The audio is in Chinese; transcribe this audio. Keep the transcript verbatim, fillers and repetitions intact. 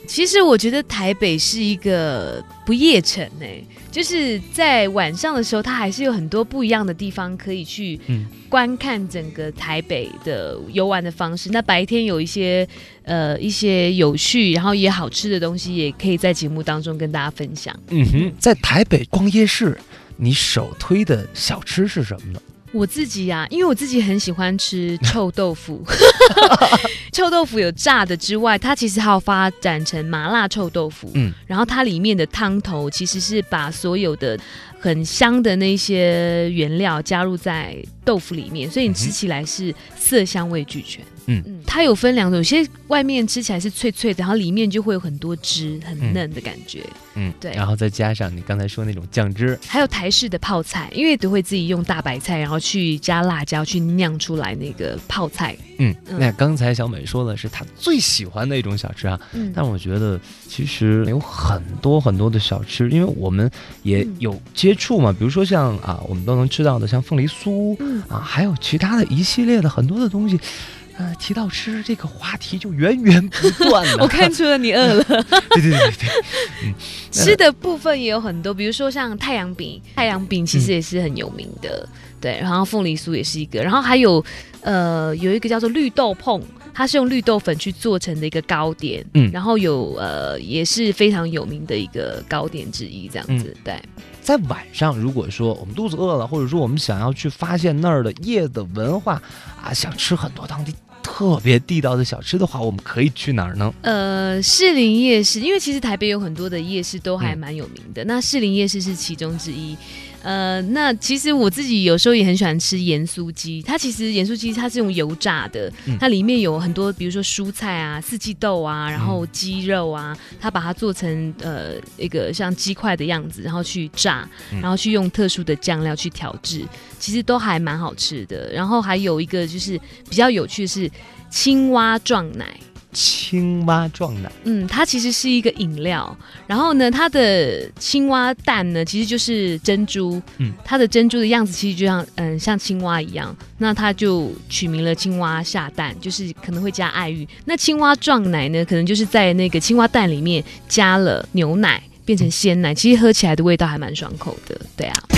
其实我觉得台北是一个不夜城哎、欸，就是在晚上的时候，它还是有很多不一样的地方可以去观看整个台北的游玩的方式。那白天有一些呃一些有趣，然后也好吃的东西，也可以在节目当中跟大家分享。 嗯哼，在台北逛夜市，你首推的小吃是什么呢？ 我自己啊，因为我自己很喜欢吃臭豆腐臭豆腐有炸的之外，它其实还有发展成麻辣臭豆腐，嗯，然后它里面的汤头其实是把所有的很香的那些原料加入在豆腐里面，所以你吃起来是色香味俱全。嗯嗯，它有分两种，有些外面吃起来是脆脆的，然后里面就会有很多汁，很嫩的感觉。嗯，对。 然后再加上你刚才说那种酱汁， 还有台式的泡菜，因为都会自己用大白菜，然后去加辣椒去酿出来那个泡菜。 嗯，嗯那刚才小美说的是她最喜欢的一种小吃啊，嗯、但我觉得其实有很多很多的小吃，因为我们也有接触嘛，比如说像啊，我们都能吃到的像凤梨酥、嗯、啊，还有其他的一系列的很多的东西。呃，提到吃这个话题就源源不断了。 我看出了你饿了。 对对对对， 嗯，吃的部分也有很多，比如说像太阳饼，太阳饼其实也是很有名的，嗯、对。然后凤梨酥也是一个，然后还有呃有一个叫做绿豆椪，它是用绿豆粉去做成的一个糕点，嗯，然后有呃也是非常有名的一个糕点之一，这样子，嗯、对。 在晚上，如果说我们肚子饿了，或者说我们想要去发现那儿的夜的文化啊，想吃很多当地特别地道的小吃的话，我们可以去哪儿呢？ 呃，士林夜市，因为其实台北有很多的夜市都还蛮有名的，嗯、那士林夜市是其中之一。呃，那其实我自己有时候也很喜欢吃盐酥鸡，它其实盐酥鸡它是用油炸的，嗯、它里面有很多，比如说蔬菜啊、四季豆啊，然后鸡肉啊，它把它做成呃一个像鸡块的样子，然后去炸，然后去用特殊的酱料去调制，其实都还蛮好吃的。然后还有一个就是比较有趣的是青蛙撞奶。 青蛙撞奶， 嗯，它其实是一个饮料，然后呢，它的青蛙蛋呢，其实就是珍珠，嗯，它的珍珠的样子其实就像嗯像青蛙一样，那它就取名了青蛙下蛋，就是可能会加爱玉。那青蛙撞奶呢，可能就是在那个青蛙蛋里面加了牛奶，变成鲜奶，其实喝起来的味道还蛮爽口的，对啊。